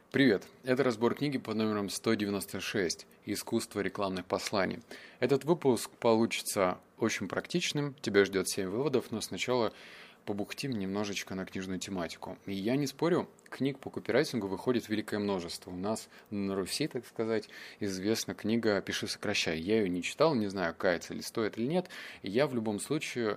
Привет! Это разбор книги под номером 196 «Искусство рекламных посланий». Этот выпуск получится очень практичным, тебя ждет 7 выводов, но сначала побухтим немножечко на книжную тематику. И я не спорю, книг по копирайтингу выходит великое множество. У нас на Руси, так сказать, известна книга «Пиши, сокращай». Я ее не читал, не знаю, кается ли стоит или нет. И я в любом случае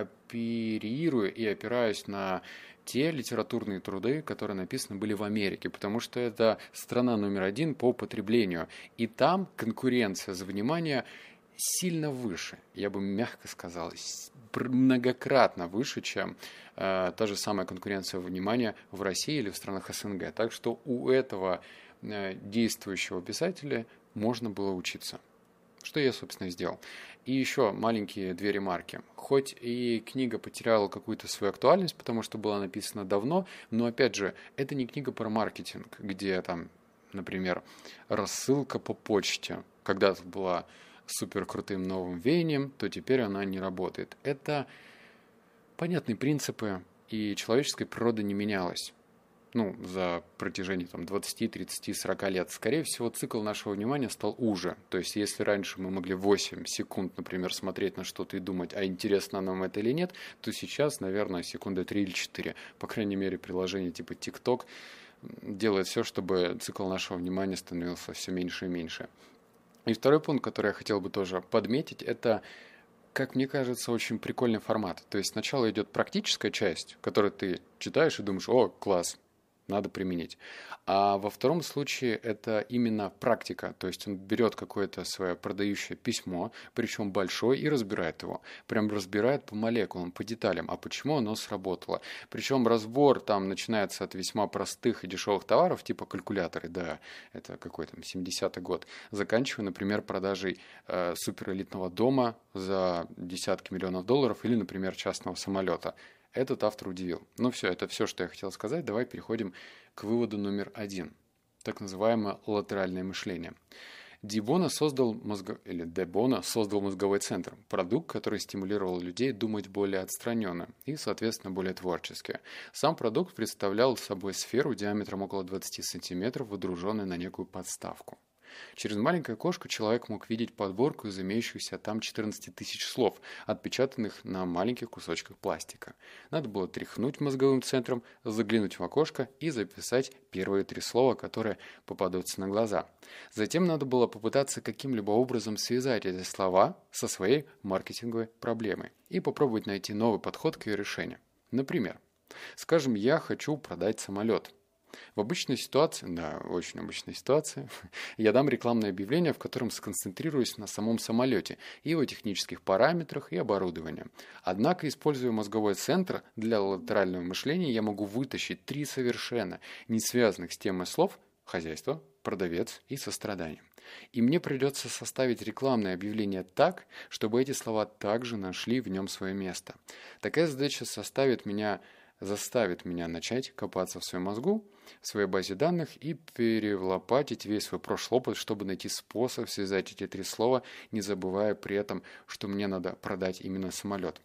оперирую и опираюсь на те литературные труды, которые написаны были в Америке, потому что это страна номер один по потреблению. И там конкуренция за внимание сильно выше, я бы мягко сказал, многократно выше, чем та же самая конкуренция внимания в России или в странах СНГ. Так что у этого действующего писателя можно было учиться. Что я, собственно, и сделал. И еще маленькие две ремарки. Хоть и книга потеряла какую-то свою актуальность, потому что была написана давно, но, опять же, это не книга про маркетинг, где там, например, рассылка по почте когда-то была супер крутым новым веянием, то теперь она не работает. Это понятные принципы, и человеческая природа не менялась. За протяжении 20, 30, 40 лет, скорее всего, цикл нашего внимания стал уже. То есть, если раньше мы могли 8 секунд, например, смотреть на что-то и думать, а интересно нам это или нет, то сейчас, наверное, секунды 3 или 4. По крайней мере, приложение типа TikTok делает все, чтобы цикл нашего внимания становился все меньше и меньше. И второй пункт, который я хотел бы тоже подметить, это, как мне кажется, очень прикольный формат. То есть сначала идет практическая часть, которую ты читаешь и думаешь, о, класс, надо применить. А во втором случае это именно практика. То есть он берет какое-то свое продающее письмо, причем большое, и разбирает его. Прям разбирает по молекулам, по деталям, а почему оно сработало. Причем разбор там начинается от весьма простых и дешевых товаров, типа калькуляторы, да, это какой там 70-й год, заканчивая, например, продажей суперэлитного дома за десятки миллионов долларов или, например, частного самолета. Этот автор удивил. Все, это все, что я хотел сказать. Давай переходим к выводу номер 1. Так называемое латеральное мышление. Де Боно создал мозговой центр. Продукт, который стимулировал людей думать более отстраненно и, соответственно, более творчески. Сам продукт представлял собой сферу диаметром около 20 сантиметров, водруженную на некую подставку. Через маленькое окошко человек мог видеть подборку из имеющихся там 14 тысяч слов, отпечатанных на маленьких кусочках пластика. Надо было тряхнуть мозговым центром, заглянуть в окошко и записать первые 3 слова, которые попадутся на глаза. Затем надо было попытаться каким-либо образом связать эти слова со своей маркетинговой проблемой и попробовать найти новый подход к ее решению. Например, скажем, я хочу продать самолет. В обычной ситуации, да, очень обычной ситуации, я дам рекламное объявление, в котором сконцентрируюсь на самом самолете, и его технических параметрах и оборудовании. Однако, используя мозговой центр для латерального мышления, я могу вытащить 3 совершенно не связанных с темой слов: хозяйство, продавец и сострадание. И мне придется составить рекламное объявление так, чтобы эти слова также нашли в нем свое место. Такая задача заставит меня начать копаться в своем мозгу, в своей базе данных и перелопатить весь свой прошлый опыт, чтобы найти способ связать эти 3 слова, не забывая при этом, что мне надо продать именно самолет.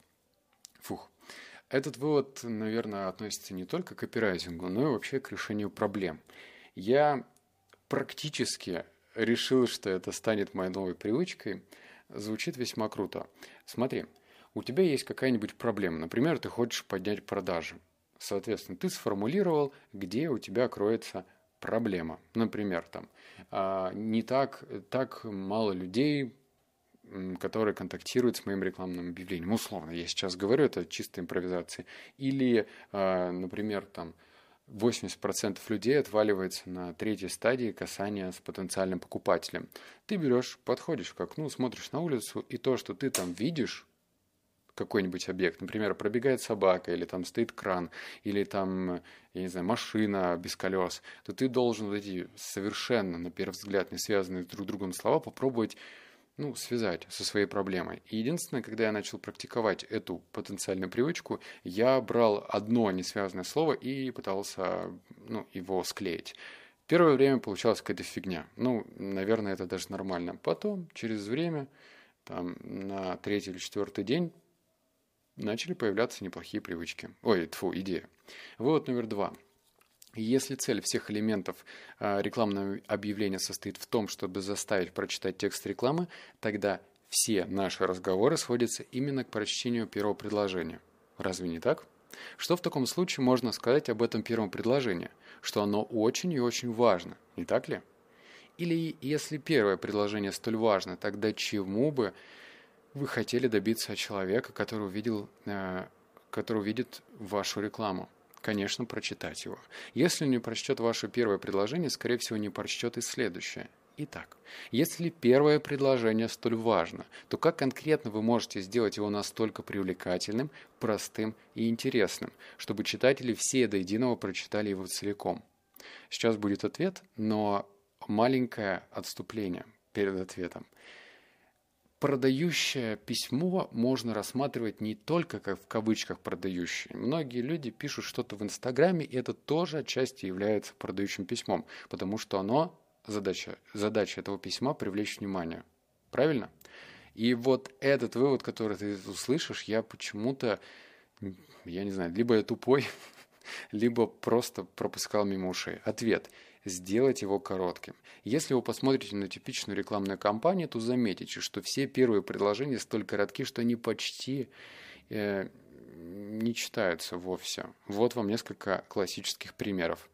Этот вывод, наверное, относится не только к копирайтингу, но и вообще к решению проблем. Я практически решил, что это станет моей новой привычкой. Звучит весьма круто. Смотри. У тебя есть какая-нибудь проблема, например, ты хочешь поднять продажи. Соответственно, ты сформулировал, где у тебя кроется проблема. Например, не так мало людей, которые контактируют с моим рекламным объявлением. Условно, я сейчас говорю, это чистая импровизация. Или, например, 80% людей отваливается на 3-й стадии касания с потенциальным покупателем. Ты берешь, подходишь к окну, смотришь на улицу, и то, что ты там видишь, какой-нибудь объект, например, пробегает собака, или там стоит кран, или там, я не знаю, машина без колес, то ты должен эти совершенно, на первый взгляд, не связанные друг с другом слова попробовать связать со своей проблемой. И единственное, когда я начал практиковать эту потенциальную привычку, я брал одно несвязанное слово и пытался его склеить. Первое время получалась какая-то фигня. Наверное, это даже нормально. Потом, через время, на 3-й или 4-й день, начали появляться неплохие привычки. Идея. Вывод номер 2. И если цель всех элементов рекламного объявления состоит в том, чтобы заставить прочитать текст рекламы, тогда все наши разговоры сводятся именно к прочтению первого предложения. Разве не так? Что в таком случае можно сказать об этом первом предложении? Что оно очень и очень важно, не так ли? Или если первое предложение столь важно, тогда чему бы вы хотели добиться от человека, который увидит вашу рекламу? Конечно, прочитать его. Если не прочтет ваше первое предложение, скорее всего, не прочтет и следующее. Итак, если первое предложение столь важно, то как конкретно вы можете сделать его настолько привлекательным, простым и интересным, чтобы читатели все до единого прочитали его целиком? Сейчас будет ответ, но маленькое отступление перед ответом. Продающее письмо можно рассматривать не только как в кавычках продающее. Многие люди пишут что-то в Инстаграме, и это тоже отчасти является продающим письмом, потому что задача этого письма привлечь внимание. Правильно? И вот этот вывод, который ты услышишь, я почему-то, я не знаю, либо я тупой, либо просто пропускал мимо ушей. Ответ – сделать его коротким. Если вы посмотрите на типичную рекламную кампанию, то заметите, что все первые предложения столь коротки, что они почти не читаются вовсе. Вот вам несколько классических примеров.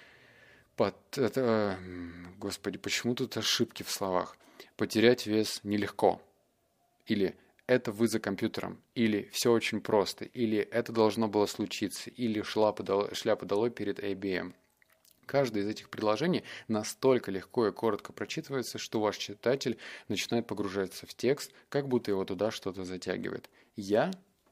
Господи, почему тут ошибки в словах? Потерять вес нелегко. Или это вы за компьютером. Или все очень просто. Или это должно было случиться. Или шляпа долой перед IBM. Каждое из этих предложений настолько легко и коротко прочитывается, что ваш читатель начинает погружаться в текст, как будто его туда что-то затягивает. Я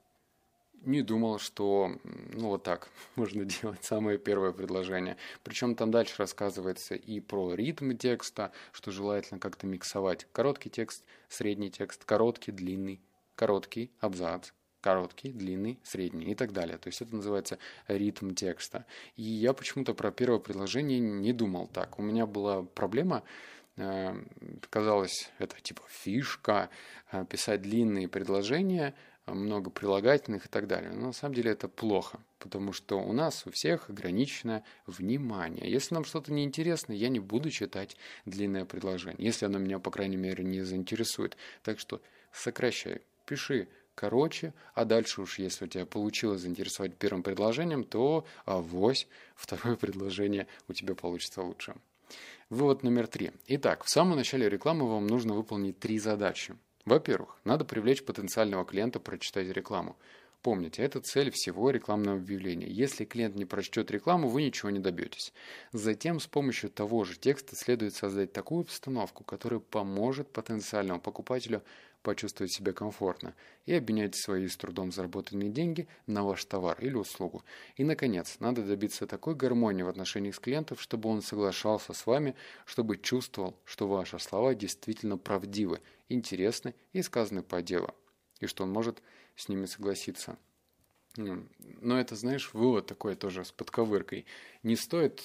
не думал, что вот так можно делать самое первое предложение. Причем там дальше рассказывается и про ритм текста, что желательно как-то миксовать. Короткий текст, средний текст, короткий, длинный, короткий, абзац, короткий, длинный, средний и так далее. То есть это называется ритм текста. И я почему-то про первое предложение не думал так. У меня была проблема, казалось, это типа фишка, писать длинные предложения, много прилагательных и так далее. Но на самом деле это плохо, потому что у нас у всех ограничено внимание. Если нам что-то неинтересно, я не буду читать длинное предложение, если оно меня, по крайней мере, не заинтересует. Так что сокращай, пиши короче, а дальше уж, если у тебя получилось заинтересовать первым предложением, то авось второе предложение у тебя получится лучше. Вывод номер 3. Итак, в самом начале рекламы вам нужно выполнить 3 задачи. Во-первых, надо привлечь потенциального клиента прочитать рекламу. Помните, это цель всего рекламного объявления. Если клиент не прочтет рекламу, вы ничего не добьетесь. Затем с помощью того же текста следует создать такую обстановку, которая поможет потенциальному покупателю почувствовать себя комфортно и обменять свои с трудом заработанные деньги на ваш товар или услугу. И, наконец, надо добиться такой гармонии в отношениях с клиентом, чтобы он соглашался с вами, чтобы чувствовал, что ваши слова действительно правдивы, интересны и сказаны по делу, и что он может с ними согласиться. Но это, знаешь, вывод такой тоже с подковыркой. Не стоит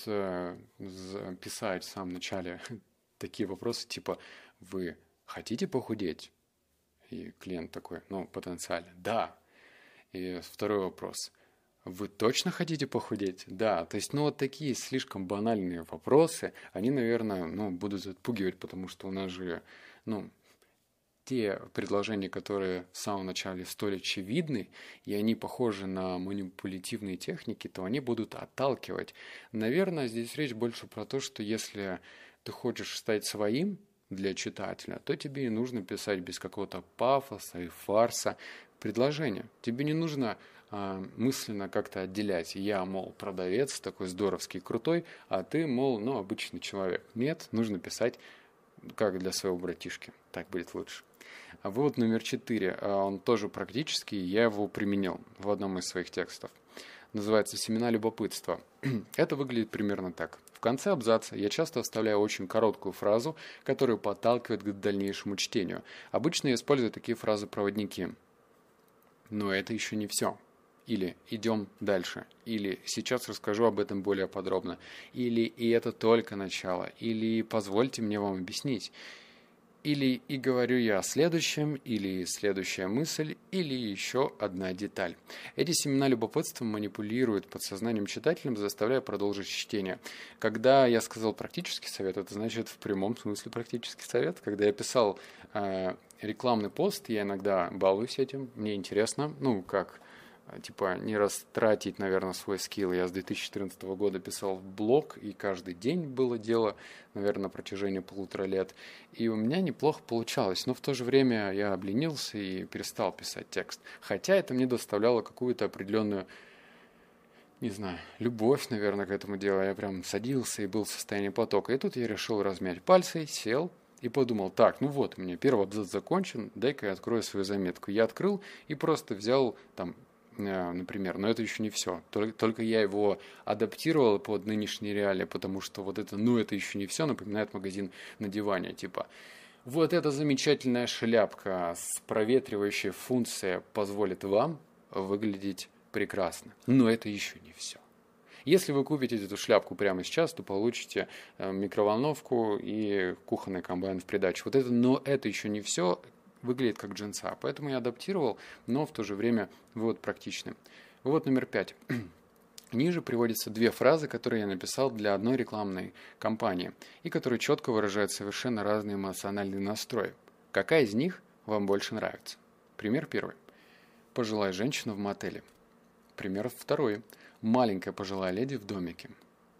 писать в самом начале такие вопросы, типа «Вы хотите похудеть?» И клиент такой, потенциально, да. И второй вопрос. Вы точно хотите похудеть? Да. То есть, вот такие слишком банальные вопросы, они, наверное, будут отпугивать, потому что у нас же, те предложения, которые в самом начале столь очевидны, и они похожи на манипулятивные техники, то они будут отталкивать. Наверное, здесь речь больше про то, что если ты хочешь стать своим для читателя, то тебе и нужно писать без какого-то пафоса и фарса предложение. Тебе не нужно мысленно как-то отделять. Я, мол, продавец такой здоровский, крутой, а ты, мол, обычный человек. Нет, нужно писать как для своего братишки. Так будет лучше. А вывод номер 4. Он тоже практический, я его применил в одном из своих текстов. Называется «Семена любопытства». Это выглядит примерно так. В конце абзаца я часто вставляю очень короткую фразу, которая подталкивает к дальнейшему чтению. Обычно я использую такие фразы-проводники. Но это еще не все. Или «идем дальше», или «сейчас расскажу об этом более подробно», или «и это только начало», или «позвольте мне вам объяснить». Или и говорю я о следующем, или следующая мысль, или еще одна деталь. Эти семена любопытства манипулируют подсознанием читателем, заставляя продолжить чтение. Когда я сказал практический совет, это значит в прямом смысле практический совет. Когда я писал рекламный пост, я иногда балуюсь этим, мне интересно, как типа не растратить, наверное, свой скилл. Я с 2014 года писал в блог, и каждый день было дело, наверное, на протяжении 1,5 лет. И у меня неплохо получалось, но в то же время я обленился и перестал писать текст. Хотя это мне доставляло какую-то определенную, не знаю, любовь, наверное, к этому делу. Я прям садился и был в состоянии потока. И тут я решил размять пальцы, сел и подумал, так, у меня первый абзац закончен, дай-ка я открою свою заметку. Я открыл и просто взял там, например, но это еще не все. Только я его адаптировал под нынешние реалии, потому что это еще не все, напоминает магазин на диване. Типа, вот эта замечательная шляпка с проветривающей функцией позволит вам выглядеть прекрасно. Но это еще не все. Если вы купите эту шляпку прямо сейчас, то получите микроволновку и кухонный комбайн в придачу. Но это еще не все. Выглядит как джинса. Поэтому я адаптировал, но в то же время вывод практичный. Вывод номер 5. Ниже приводятся 2 фразы, которые я написал для одной рекламной кампании и которые четко выражают совершенно разные эмоциональные настрои. Какая из них вам больше нравится? Пример 1. Пожилая женщина в мотеле. Пример 2. Маленькая пожилая леди в домике.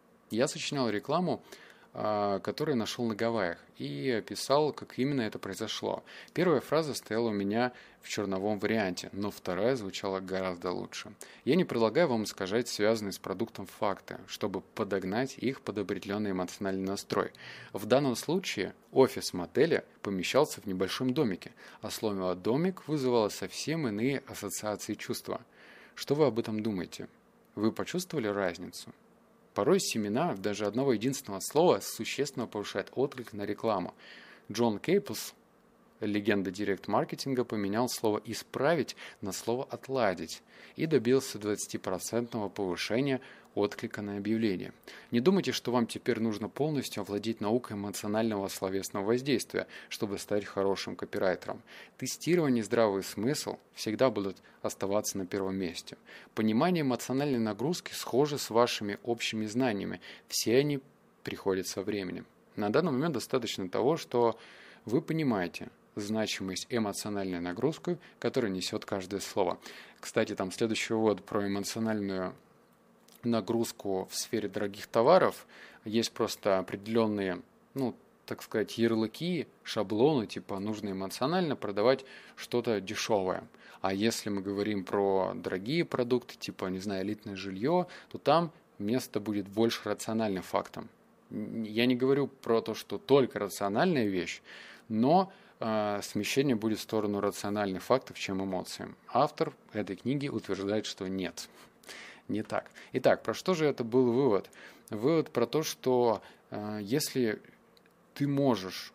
Я сочинял рекламу, который нашел на Гавайях, и описал, как именно это произошло. Первая фраза стояла у меня в черновом варианте, но вторая звучала гораздо лучше. Я не предлагаю вам искажать связанные с продуктом факты, чтобы подогнать их под определенный эмоциональный настрой. В данном случае офис мотеля помещался в небольшом домике, а слово «домик» вызывало совсем иные ассоциации и чувства. Что вы об этом думаете? Вы почувствовали разницу? Порой семена даже одного единственного слова существенно повышают отклик на рекламу. Джон Кейплс, легенда директ-маркетинга, поменял слово «исправить» на слово «отладить» и добился 20% повышения отклика на объявление. Не думайте, что вам теперь нужно полностью овладеть наукой эмоционального словесного воздействия, чтобы стать хорошим копирайтером. Тестирование и здравый смысл всегда будут оставаться на первом месте. Понимание эмоциональной нагрузки схоже с вашими общими знаниями. Все они приходят со временем. На данный момент достаточно того, что вы понимаете значимость эмоциональной нагрузки, которую несет каждое слово. Кстати, там следующий вывод про эмоциональную нагрузку в сфере дорогих товаров. Есть просто определенные, так сказать, ярлыки, шаблоны, типа нужно эмоционально продавать что-то дешевое. А если мы говорим про дорогие продукты, типа, не знаю, элитное жилье, то там место будет больше рациональным фактом. Я не говорю про то, что только рациональная вещь, но смещение будет в сторону рациональных фактов, чем эмоциям. Автор этой книги утверждает, что нет. Не так. Итак, про что же это был вывод? Вывод про то, что если ты можешь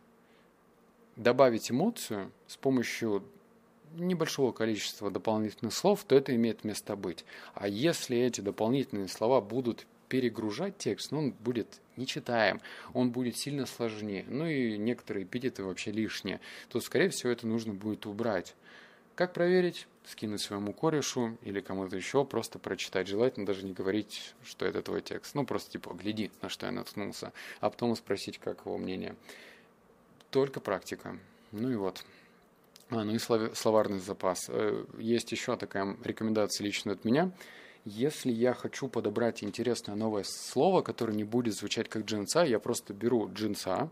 добавить эмоцию с помощью небольшого количества дополнительных слов, то это имеет место быть. А если эти дополнительные слова будут перегружать текст, он будет нечитаем, он будет сильно сложнее, и некоторые эпитеты вообще лишние, то, скорее всего, это нужно будет убрать. Как проверить? Скинуть своему корешу или кому-то еще, просто прочитать. Желательно даже не говорить, что это твой текст. Просто типа, гляди, на что я наткнулся, а потом спросить, как его мнение. Только практика. И вот. И словарный запас. Есть еще такая рекомендация лично от меня. Если я хочу подобрать интересное новое слово, которое не будет звучать как джинса, я просто беру джинса,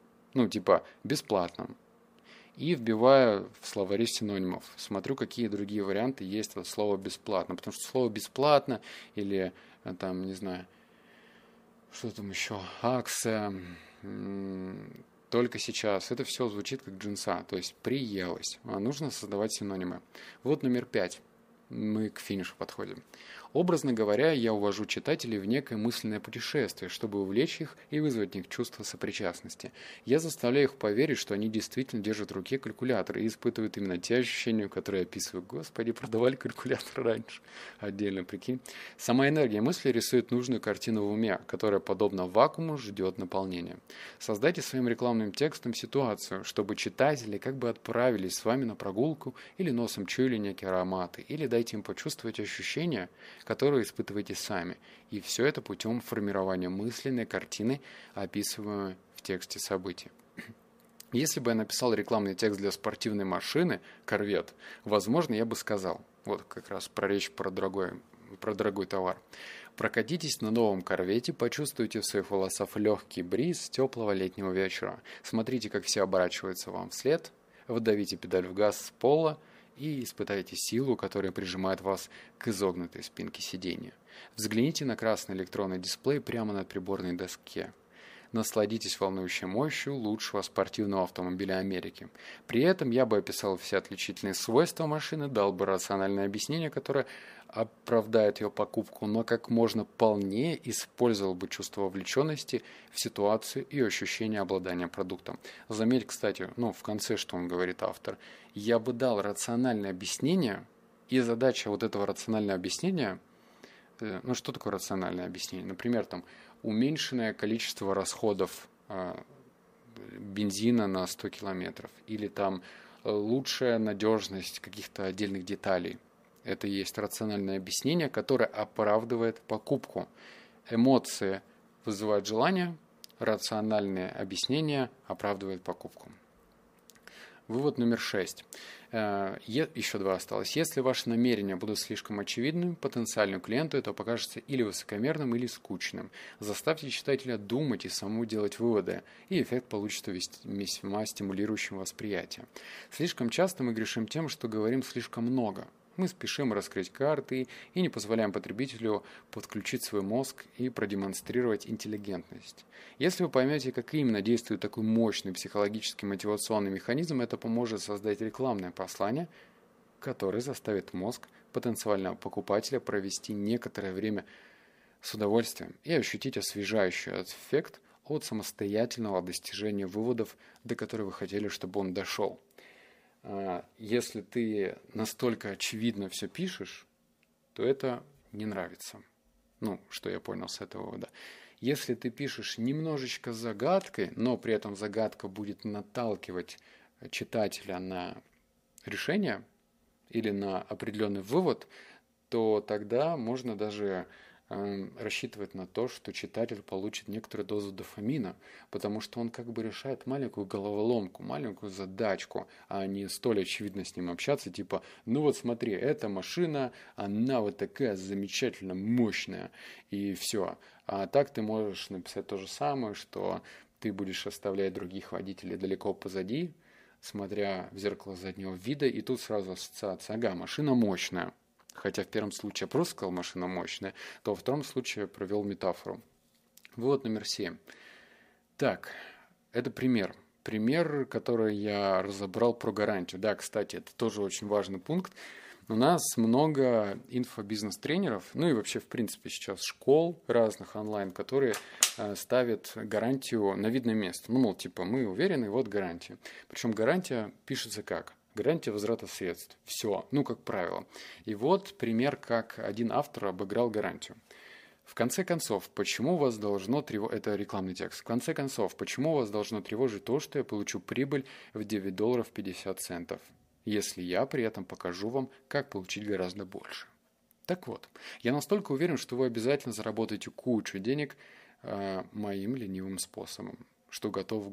бесплатно, и вбиваю в словаре синонимов. Смотрю, какие другие варианты есть от слова «бесплатно». Потому что слово «бесплатно» или, не знаю, что там еще, акция, только сейчас. Это все звучит как джинса, то есть приелось. Нужно создавать синонимы. Вот номер 5. Мы к финишу подходим. Образно говоря, я увожу читателей в некое мысленное путешествие, чтобы увлечь их и вызвать в них чувство сопричастности. Я заставляю их поверить, что они действительно держат в руке калькулятор и испытывают именно те ощущения, которые я описываю. Господи, продавали калькулятор раньше. Отдельно, прикинь. Сама энергия мысли рисует нужную картину в уме, которая, подобно вакууму, ждет наполнения. Создайте своим рекламным текстом ситуацию, чтобы читатели как бы отправились с вами на прогулку или носом чуяли некие ароматы, или дайте им почувствовать ощущения, которые испытываете сами. И все это путем формирования мысленной картины, описываемой в тексте событий. Если бы я написал рекламный текст для спортивной машины «Корвет», возможно, я бы сказал, вот как раз про речь про дорогой товар. Прокатитесь на новом корвете, почувствуйте в своих волосах легкий бриз теплого летнего вечера. Смотрите, как все оборачиваются вам вслед, выдавите педаль в газ с пола и испытайте силу, которая прижимает вас к изогнутой спинке сиденья. Взгляните на красный электронный дисплей прямо над приборной доске. Насладитесь волнующей мощью лучшего спортивного автомобиля Америки. При этом я бы описал все отличительные свойства машины, дал бы рациональное объяснение, которое оправдает ее покупку, но как можно полнее использовал бы чувство вовлеченности в ситуацию и ощущение обладания продуктом. Заметь, кстати, в конце, что он говорит, автор, я бы дал рациональное объяснение, и задача вот этого рационального объяснения, что такое рациональное объяснение? Например, уменьшенное количество расходов бензина на 100 километров, или лучшая надежность каких-то отдельных деталей. Это и есть рациональное объяснение, которое оправдывает покупку. Эмоции вызывают желание, рациональное объяснение оправдывает покупку. Вывод номер 6. Еще 2 осталось. Если ваши намерения будут слишком очевидными, потенциальному клиенту это покажется или высокомерным, или скучным. Заставьте читателя думать и самому делать выводы, и эффект получится весьма стимулирующим восприятие. Слишком часто мы грешим тем, что говорим слишком много. Мы спешим раскрыть карты и не позволяем потребителю подключить свой мозг и продемонстрировать интеллигентность. Если вы поймете, как именно действует такой мощный психологический мотивационный механизм, это поможет создать рекламное послание, которое заставит мозг потенциального покупателя провести некоторое время с удовольствием и ощутить освежающий эффект от самостоятельного достижения выводов, до которых вы хотели, чтобы он дошел. Если ты настолько очевидно все пишешь, то это не нравится. Что я понял с этого вывода. Если ты пишешь немножечко с загадкой, но при этом загадка будет наталкивать читателя на решение или на определенный вывод, то тогда можно даже рассчитывать на то, что читатель получит некоторую дозу дофамина, потому что он как бы решает маленькую головоломку, маленькую задачку, а не столь очевидно с ним общаться, типа, смотри, эта машина, она вот такая замечательно мощная, и все. А так ты можешь написать то же самое, что ты будешь оставлять других водителей далеко позади, смотря в зеркало заднего вида, и тут сразу ассоциация, машина мощная. Хотя в первом случае я просто сказал машина мощная, то во втором случае я провел метафору. Вывод номер 7. Так, это пример. Пример, который я разобрал про гарантию. Да, кстати, это тоже очень важный пункт. У нас много инфобизнес-тренеров, и вообще, в принципе, сейчас школ разных онлайн, которые ставят гарантию на видное место. Мы уверены, вот гарантия. Причем гарантия пишется как? Гарантия возврата средств. Все, как правило. И вот пример, как один автор обыграл гарантию. В конце концов, почему вас должно тревожить... Это рекламный текст. В конце концов, почему вас должно тревожить то, что я получу прибыль в $9.50, если я при этом покажу вам, как получить гораздо больше? Так вот, я настолько уверен, что вы обязательно заработаете кучу денег моим ленивым способом, что готов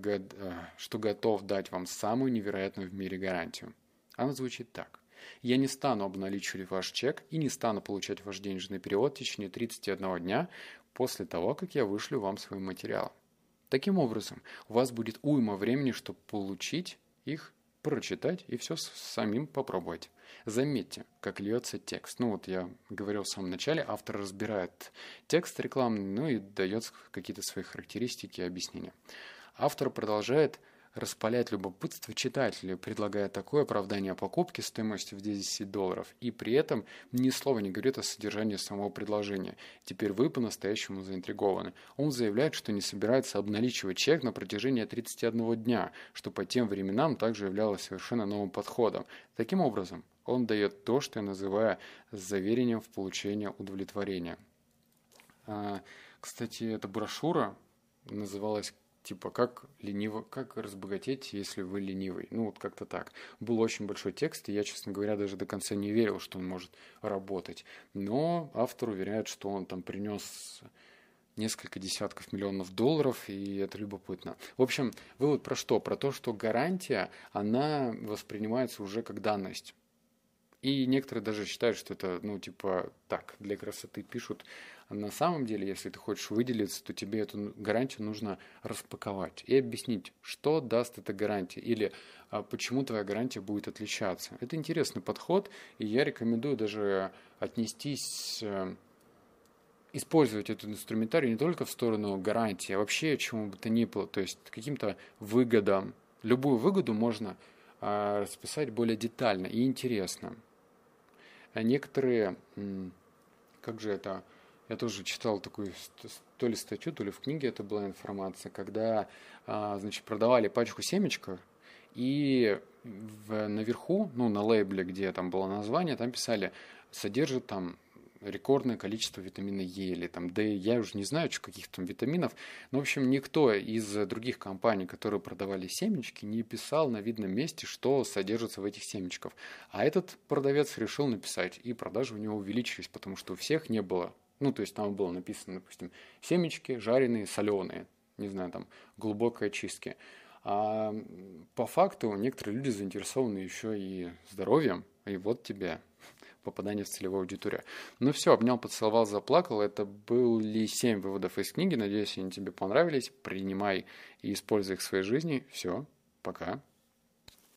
дать вам самую невероятную в мире гарантию. Она звучит так. Я не стану обналичивать ваш чек и не стану получать ваш денежный перевод в течение 31 дня после того, как я вышлю вам свои материалы. Таким образом, у вас будет уйма времени, чтобы получить их, прочитать и все самим попробовать. Заметьте, как льется текст. Я говорил в самом начале, автор разбирает текст рекламный, и дает какие-то свои характеристики и объяснения. Автор продолжает распалять любопытство читателей, предлагая такое оправдание покупки стоимостью в $10, и при этом ни слова не говорит о содержании самого предложения. Теперь вы по-настоящему заинтригованы. Он заявляет, что не собирается обналичивать чек на протяжении 31 дня, что по тем временам также являлось совершенно новым подходом. Таким образом, он дает то, что я называю заверением в получении удовлетворения. Кстати, эта брошюра называлась типа как разбогатеть, если вы ленивый. Ну, вот как-то так. Был очень большой текст, и я, честно говоря, даже до конца не верил, что он может работать. Но автор уверяет, что он там принес несколько десятков миллионов долларов, и это любопытно. В общем, вывод про что? Про то, что гарантия, она воспринимается уже как данность. И некоторые даже считают, что это, так, для красоты пишут. А на самом деле, если ты хочешь выделиться, то тебе эту гарантию нужно распаковать и объяснить, что даст эта гарантия, или почему твоя гарантия будет отличаться. Это интересный подход, и я рекомендую даже использовать этот инструментарий не только в сторону гарантии, а вообще чему бы то ни было, то есть каким-то выгодам. Любую выгоду можно расписать более детально и интересно. А некоторые, я тоже читал такую то ли статью, то ли в книге это была информация, когда, продавали пачку семечек, и наверху, на лейбле, где там было название, там писали, содержит там рекордное количество витамина Е или там Д, я уже не знаю, каких там витаминов, но, в общем, никто из других компаний, которые продавали семечки, не писал на видном месте, что содержится в этих семечках. А этот продавец решил написать, и продажи у него увеличились, потому что у всех не было, то есть там было написано, допустим, семечки жареные, соленые, не знаю, там, глубокой очистки. А по факту некоторые люди заинтересованы еще и здоровьем, и вот тебе попадание в целевую аудиторию. Ну все, обнял, поцеловал, заплакал. Это были 7 выводов из книги. Надеюсь, они тебе понравились. Принимай и используй их в своей жизни. Все, пока.